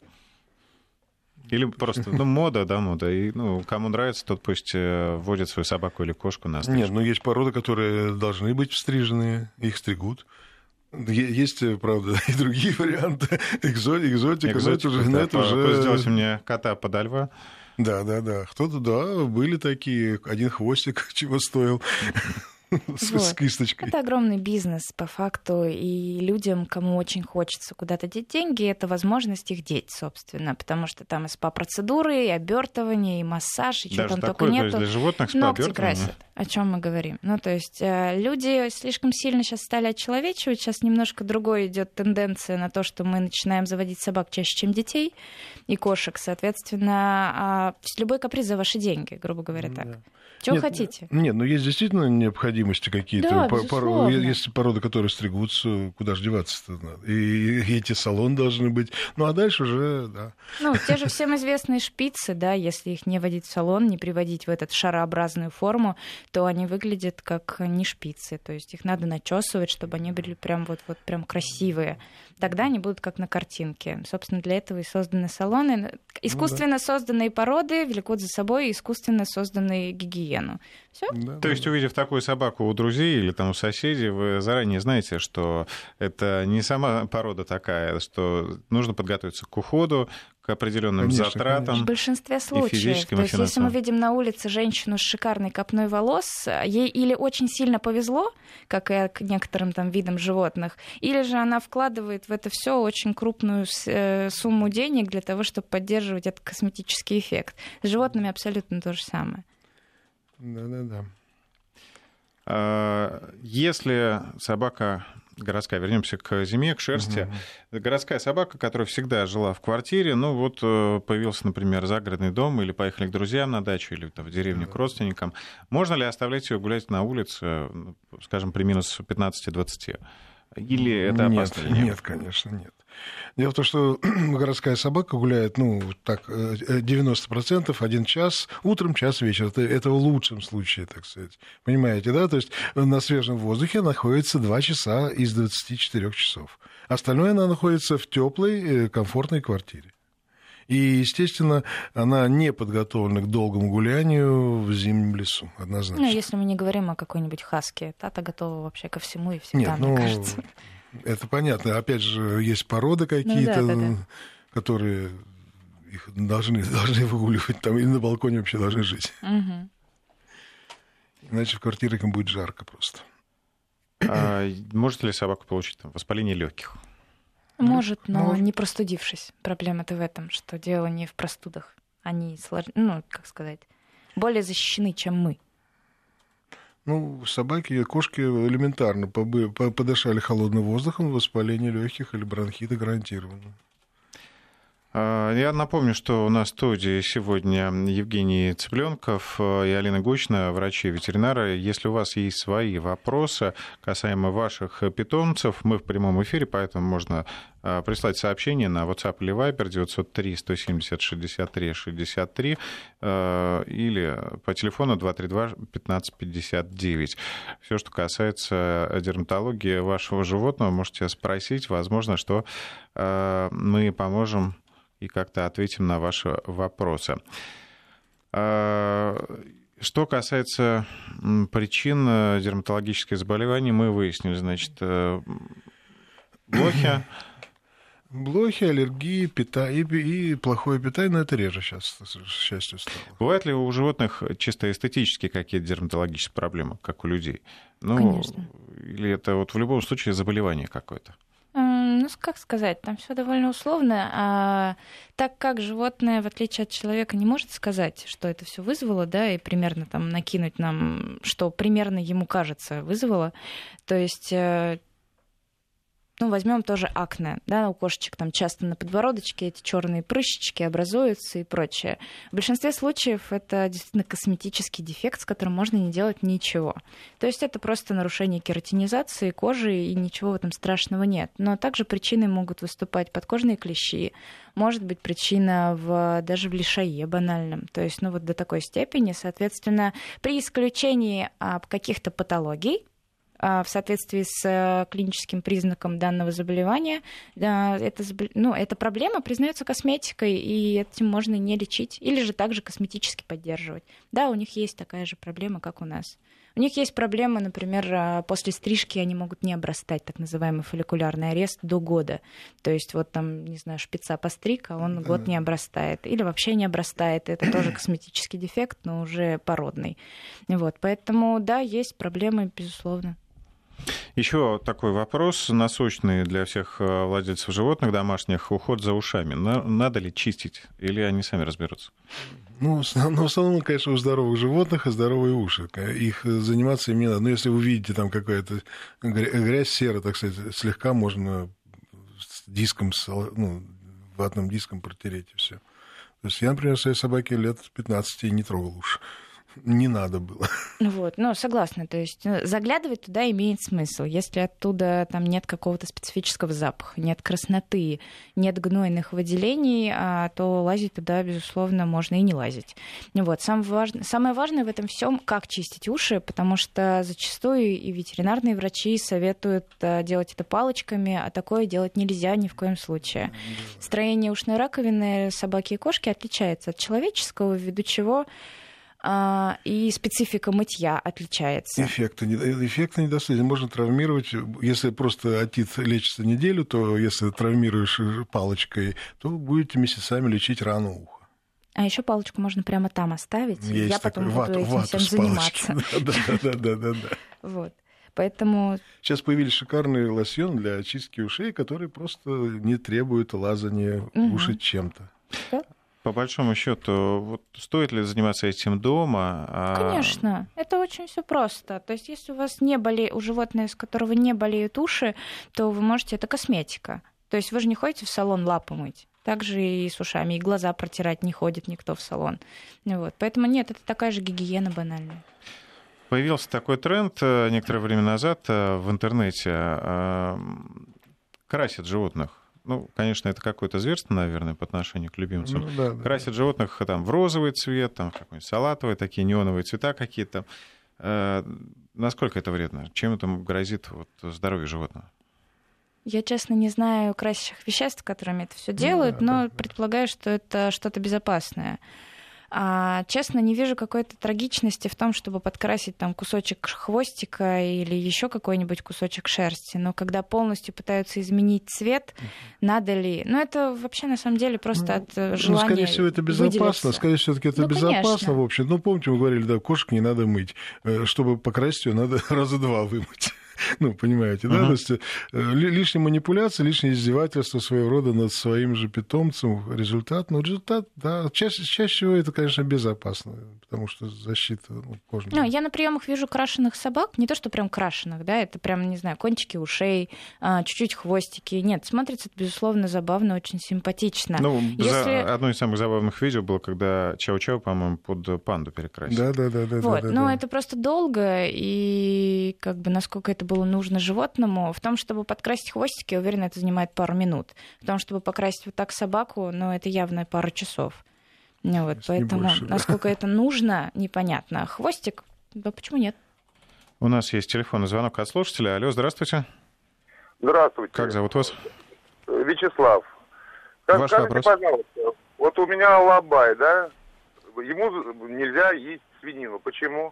S1: Или просто, ну, мода, да, мода. И, ну, кому нравится, тот пусть вводит свою собаку или кошку на стрижку.
S3: Нет, ну, есть породы, которые должны быть стрижены, их стригут. Есть, правда, и другие варианты. Экзотика, экзотика,
S1: экзотика
S3: уже,
S1: да,
S3: это уже...
S1: Пусть сделайте мне кота подо льва.
S3: Да, да, да. Кто-то, да, были такие. Один хвостик чего стоил. С,
S2: вот.
S3: с кисточкой.
S2: Это огромный бизнес, по факту, и людям, кому очень хочется куда-то деть деньги, это возможность их деть, собственно, потому что там и спа-процедуры, и обертывание, и массаж, и
S1: Даже
S2: что там
S1: такое,
S2: только нету.
S1: То есть для животных
S2: ногти красят. О чем мы говорим? Ну, то есть люди слишком сильно сейчас стали отчеловечивать, сейчас немножко другой идет тенденция на то, что мы начинаем заводить собак чаще, чем детей и кошек, соответственно, любой каприз за ваши деньги, грубо говоря, так. Да. Чего
S3: нет,
S2: хотите?
S3: Нет, но есть действительно необходимости какие-то.
S2: Да,
S3: Пор- есть породы, которые стригутся, куда же деваться-то надо. И, и эти салоны должны быть. Ну, а дальше уже, да.
S2: Ну, те же всем известные шпицы, да, если их не водить в салон, не приводить в эту шарообразную форму, то они выглядят как не шпицы. То есть их надо начесывать, чтобы они были прям вот, вот прям красивые. Тогда они будут как на картинке. Собственно, для этого и созданы салоны. Искусственно ну, да. созданные породы влекут за собой искусственно созданную гигиену. Всё?
S3: Да,
S1: То
S3: да,
S1: есть,
S3: да.
S1: увидев такую собаку у друзей или там у соседей, вы заранее знаете, что это не сама порода такая, что нужно подготовиться к уходу, к определенным
S3: Конечно,
S1: затратам.
S3: конечно.
S2: В большинстве случаев.
S1: физическим,
S2: То
S1: и
S2: есть, если мы
S1: финансовым.
S2: видим на улице женщину с шикарной копной волос, ей или очень сильно повезло, как и к некоторым там видам животных, или же она вкладывает в это все очень крупную э, сумму денег для того, чтобы поддерживать этот косметический эффект. С животными абсолютно то же самое.
S3: Да-да-да.
S1: Если собака городская, вернемся к зиме, к шерсти. Угу. Городская собака, которая всегда жила в квартире, ну вот появился, например, загородный дом, или поехали к друзьям на дачу, или там, в деревню к родственникам. Можно ли оставлять ее гулять на улице, скажем, при минус пятнадцать-двадцать? Или это опасно?
S3: Нет, нет, конечно, нет. Дело в том, что городская собака гуляет, ну, так, девяносто процентов один час, утром, час вечером. Это, это в лучшем случае, так сказать. Понимаете, да? То есть на свежем воздухе находится два часа из двадцати четырёх часов. Остальное она находится в теплой, комфортной квартире. И, естественно, она не подготовлена к долгому гулянию в зимнем лесу, однозначно.
S2: Ну, если мы не говорим о какой-нибудь хаске, та-то готова вообще ко всему и всегда,
S3: Нет,
S2: мне
S3: ну,
S2: кажется.
S3: Это понятно. Опять же, есть породы какие-то,
S2: ну, да, да, да.
S3: которые их должны, должны выгуливать там, или на балконе вообще должны жить.
S2: Угу.
S3: Иначе в квартирах им будет жарко просто.
S1: А может ли собака получить там, воспаление легких?
S2: Может, но
S3: Может.
S2: не простудившись. Проблема-то в этом, что дело не в простудах. Они, слож... ну, как сказать, более защищены, чем мы.
S3: Ну, собаки, кошки элементарно побы... подышали холодным воздухом, воспаление легких или бронхита гарантировано.
S1: Я напомню, что у нас в студии сегодня Евгений Цыпленков и Алина Гучна, врачи-ветеринары. Если у вас есть свои вопросы касаемо ваших питомцев, мы в прямом эфире, поэтому можно прислать сообщение на WhatsApp или Viber девятьсот три сто семьдесят шестьдесят три шестьдесят три или по телефону два три два пятнадцать пятьдесят девять. Все, что касается дерматологии вашего животного, можете спросить. Возможно, что мы поможем и как-то ответим на ваши вопросы. Что касается причин дерматологических заболеваний, мы выяснили, значит, блохи.
S3: Блохи, аллергии, пита... и, и плохое питание, но это реже сейчас, к счастью, стало.
S1: Бывают ли у животных чисто эстетические какие-то дерматологические проблемы, как у людей? Ну,
S2: конечно.
S1: Или это вот в любом случае заболевание какое-то?
S2: Ну, как сказать, там все довольно условно. А так как животное, в отличие от человека, не может сказать, что это все вызвало, да, и примерно там накинуть нам, что примерно ему кажется вызвало, то есть... Ну, возьмем тоже акне, да, у кошечек там часто на подбородочке эти черные прыщички образуются и прочее. В большинстве случаев это действительно косметический дефект, с которым можно не делать ничего. То есть это просто нарушение кератинизации кожи, и ничего в этом страшного нет. Но также причиной могут выступать подкожные клещи, может быть причина в, даже в лишае банальном. То есть, ну вот до такой степени, соответственно, при исключении каких-то патологий, в соответствии с клиническим признаком данного заболевания, это, ну, эта проблема признается косметикой, и этим можно не лечить, или же также косметически поддерживать. Да, у них есть такая же проблема, как у нас. У них есть проблема, например, после стрижки они могут не обрастать, так называемый фолликулярный арест, до года. То есть вот там, не знаю, шпица постриг, а он год не обрастает. Или вообще не обрастает. Это тоже косметический дефект, но уже породный. Вот, поэтому, да, есть проблемы, безусловно.
S1: Еще такой вопрос насущный для всех владельцев животных домашних. Уход за ушами. Надо ли чистить или они сами разберутся?
S3: Ну, в основном, конечно, у здоровых животных и здоровые уши. Их заниматься им не надо. Но если вы видите там какая-то грязь, сера, так сказать, слегка можно с диском, ну, ватным диском протереть и все. То есть я, например, своей собаке лет пятнадцать не трогал уши. Не надо было.
S2: Вот, ну, согласна. То есть заглядывать туда имеет смысл. Если оттуда там нет какого-то специфического запаха, нет красноты, нет гнойных выделений, то лазить туда, безусловно, можно и не лазить. Вот. Самое важное, самое важное в этом всем, как чистить уши, потому что зачастую и ветеринарные врачи советуют делать это палочками, а такое делать нельзя ни в коем случае. Строение ушной раковины собаки и кошки отличается от человеческого, ввиду чего и специфика мытья отличается.
S3: Эффекта, эффекта недостаточно. Можно травмировать. Если просто отит лечится неделю, то если травмируешь палочкой, то будете месяцами лечить рану уха.
S2: А еще палочку можно прямо там оставить,
S3: Есть
S2: и я потом
S3: такой,
S2: буду
S3: вату,
S2: этим
S3: вату
S2: всем заниматься.
S3: Да, да, да, да, да.
S2: Вот. Поэтому...
S3: Сейчас появились шикарные лосьоны для очистки ушей, которые просто не требуют лазания в
S2: Угу.
S3: уши чем-то.
S2: Да?
S1: По большому счету, вот стоит ли заниматься этим дома? А...
S2: Конечно, это очень все просто. То есть, если у вас не болеет, у животного, из которого не болеют уши, то вы можете, это косметика. То есть вы же не ходите в салон лапы мыть. Также и с ушами, и глаза протирать не ходит никто в салон. Вот. Поэтому нет, это такая же гигиена банальная.
S1: Появился такой тренд некоторое время назад в интернете. Красят животных. Ну, конечно, это какое-то зверство, наверное, по отношению к любимцам.
S3: Ну, да, да.
S1: Красят животных там, в розовый цвет, там, какой-нибудь салатовый, такие неоновые цвета какие-то. Насколько это вредно? Чем это грозит вот, здоровью животного?
S2: Я, честно, не знаю красящих веществ, которыми это все делают,
S3: ну, да,
S2: но
S3: да, да.
S2: предполагаю, что это что-то безопасное. А, честно, не вижу какой-то трагичности в том, чтобы подкрасить там кусочек хвостика или еще какой-нибудь кусочек шерсти. Но когда полностью пытаются изменить цвет, надо ли? Ну, это вообще на самом деле просто от желания.
S3: Ну, скорее всего, это безопасно.
S2: выделиться.
S3: Скорее всего, это
S2: Ну,
S3: безопасно,
S2: конечно.
S3: в общем. Ну, помните, мы говорили, да, кошек не надо мыть. Чтобы покрасить ее, надо раза два вымыть. Ну, понимаете, да?
S1: Uh-huh.
S3: То есть лишние манипуляции, лишнее издевательство своего рода над своим же питомцем. Результат, ну, результат, да, чаще, чаще всего это, конечно, безопасно, потому что защита ну, кожи.
S2: Ну, я на приемах вижу крашеных собак, не то, что прям крашеных, да, это прям, не знаю, кончики ушей, чуть-чуть хвостики. Нет, смотрится это, безусловно, забавно, очень симпатично.
S1: Ну,
S2: Если...
S1: за... одно из самых забавных видео было, когда Чау-Чау, по-моему, под панду перекрасили.
S3: Да, да, да, да.
S2: Вот,
S3: да, да,
S2: но
S3: да.
S2: это просто долго, и как бы насколько это было нужно животному. В том, чтобы подкрасить хвостики, я уверена, это занимает пару минут. В том, чтобы покрасить вот так собаку, ну, это явно пару часов. Ну, вот, поэтому,
S3: больше, да.
S2: насколько это нужно, непонятно. Хвостик, да почему нет?
S1: У нас есть телефонный звонок от слушателя. Алло, здравствуйте.
S4: Здравствуйте.
S1: Как зовут вас?
S4: Вячеслав. Как,
S1: Ваш
S4: скажите,
S1: вопрос.
S4: пожалуйста, вот у меня лабай, да? Ему нельзя есть свинину. Почему?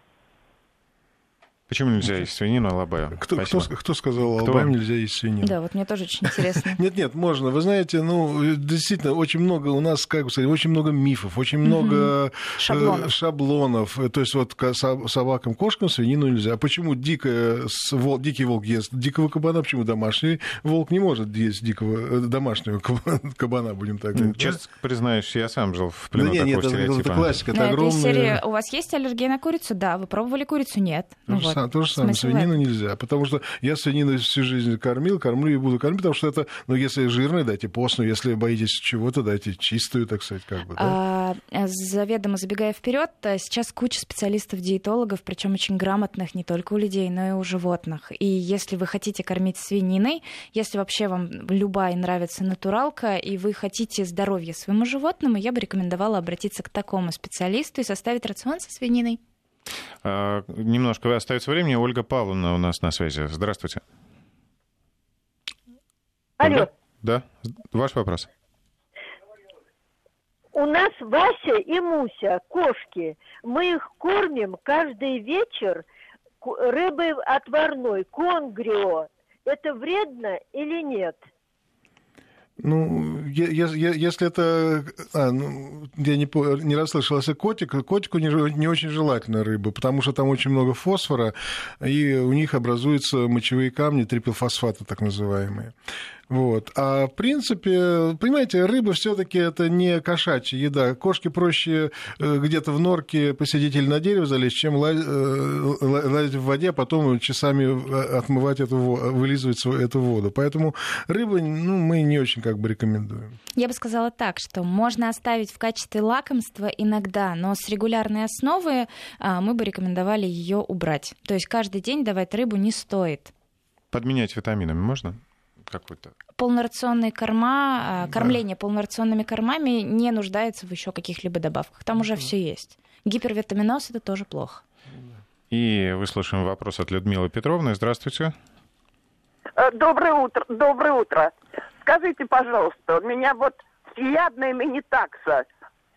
S1: Почему нельзя есть свинину, алабаю?
S3: Кто, кто, кто сказал,
S1: Кто?
S3: албаем нельзя есть свинину?
S2: Да, вот мне тоже очень интересно.
S3: Нет, нет, можно. Вы знаете, ну, действительно, очень много у нас, как бы сказать, очень много мифов, очень много
S2: Шаблонов.
S3: э, шаблонов. То есть вот к со- собакам, кошкам свинину нельзя. А почему дикая, с- вол- дикий волк ест дикого кабана, почему домашний волк не может есть дикого, э, домашнего кабана, кабана, будем так говорить?
S1: Честно признаюсь, я сам жил в
S3: Да?
S1: плену
S3: Да нет,
S1: такого
S3: нет, это, это
S1: стереотипа.
S3: классика, это
S2: На этой серии
S3: огромная...
S2: у вас есть аллергия на курицу? Да. Вы пробовали курицу? Нет.
S3: То
S2: Ну
S3: же,
S2: вот.
S3: самое, то же самое.
S2: Смысл в
S3: Свинину
S2: этом.
S3: нельзя, потому что я свинину всю жизнь кормил, кормлю и буду кормить, потому что это, ну, если жирная, дайте постную, если боитесь чего-то, дайте чистую, так сказать, как бы, да?
S2: А, заведомо забегая вперед, сейчас куча специалистов-диетологов, причем очень грамотных не только у людей, но и у животных. И если вы хотите кормить свининой, если вообще вам любая нравится натуралка, и вы хотите здоровья своему животному, я бы рекомендовала обратиться к такому специалисту и составить рацион со свининой.
S1: А, немножко остается времени. Ольга Павловна у нас на связи. Здравствуйте.
S5: Алло.
S1: Ольга? Да, ваш вопрос.
S5: У нас Вася и Муся, кошки. Мы их кормим каждый вечер ку- рыбой отварной, конгрио. Это вредно или нет?
S3: Ну, я, я, я- если это... А, ну, я не, по- не расслышал. Если котик, котику не, ж- не очень желательно рыба, потому что там очень много фосфора, и у них образуются мочевые камни, трипилфосфаты так называемые. Вот. А в принципе, понимаете, рыба все-таки это не кошачья еда. Кошке проще э, где-то в норке посидеть или на дерево залезть, чем ла- э, ла- лазить в воде, а потом часами э, отмывать эту, во- вылизывать свою, эту воду. Поэтому рыбу ну, мы не очень как бы рекомендуем.
S2: Я бы сказала так, что можно оставить в качестве лакомства иногда, но с регулярной основы а, мы бы рекомендовали ее убрать. То есть каждый день давать рыбу не стоит.
S1: Подменять витаминами можно? Какой-то.
S2: Полнорационные корма, а, кормление полнорационными кормами не нуждается в еще каких-либо добавках. Там уже все есть. Гипервитаминоз — это тоже плохо.
S1: И выслушаем вопрос от Людмилы Петровны. Здравствуйте.
S6: Э, Доброе утро. Доброе утро. Скажите, пожалуйста, у меня вот всеядная минитакса.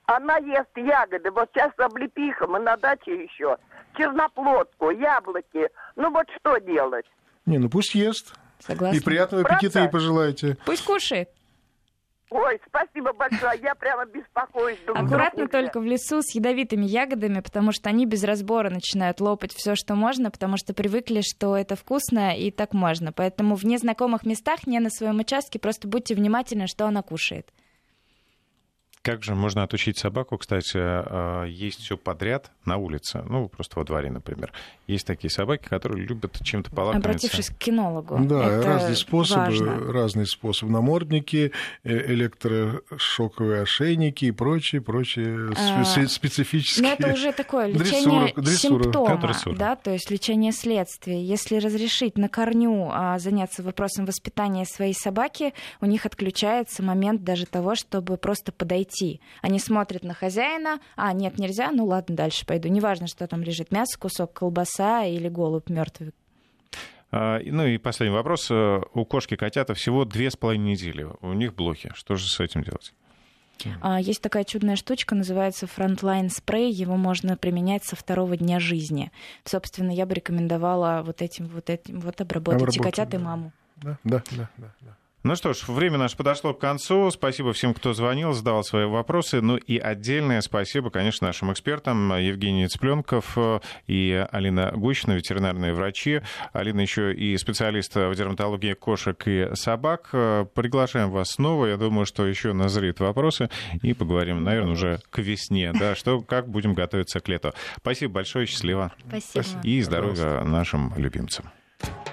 S6: Она ест ягоды. Вот сейчас облепиха, мы на даче еще. Черноплодку, яблоки. Ну вот что делать?
S3: Не, ну пусть ест.
S2: Согласна.
S3: И приятного аппетита ей пожелайте.
S2: Пусть кушает.
S6: Ой, спасибо большое, я прямо беспокоюсь. Думаю,
S2: Аккуратно
S6: что
S2: только в лесу с ядовитыми ягодами, потому что они без разбора начинают лопать все, что можно, потому что привыкли, что это вкусно и так можно. Поэтому в незнакомых местах, не на своем участке, просто будьте внимательны, что она кушает.
S1: Как же можно отучить собаку, кстати, есть все подряд на улице, ну, просто во дворе, например. Есть такие собаки, которые любят чем-то полакомиться.
S2: Обратившись к кинологу.
S3: Да,
S2: это
S3: разные способы,
S2: важно.
S3: разные способы. Намордники, электрошоковые ошейники и прочие, прочие
S2: А,
S3: специфические.
S2: Но это уже такое лечение
S3: Дрессура, дрессура.
S2: симптома,
S1: Дрессура.
S2: да, то есть лечение следствия. Если разрешить на корню а, заняться вопросом воспитания своей собаки, у них отключается момент даже того, чтобы просто подойти. Они смотрят на хозяина, а, нет, нельзя, ну ладно, дальше пойду. Неважно, что там лежит, мясо, кусок, колбаса или голубь мертвый.
S1: А, ну и последний вопрос. У кошки котята всего две с половиной недели. У них блохи. Что же с этим делать?
S2: А, есть такая чудная штучка, называется Frontline спрей. Его можно применять со второго дня жизни. Собственно, я бы рекомендовала вот этим вот этим вот обработать и
S3: Обработать,
S2: котят, и
S3: да.
S2: маму.
S3: Да, да, да, да, да.
S1: Ну что ж, время наше подошло к концу. Спасибо всем, кто звонил, задавал свои вопросы. Ну и отдельное спасибо, конечно, нашим экспертам Евгений Цыпленков и Алина Гущина, ветеринарные врачи. Алина еще и специалист в дерматологии кошек и собак. Приглашаем вас снова. Я думаю, что еще назреют вопросы. И поговорим, наверное, уже к весне, да, что, как будем готовиться к лету. Спасибо большое, счастливо.
S2: Спасибо.
S1: И здоровья нашим любимцам.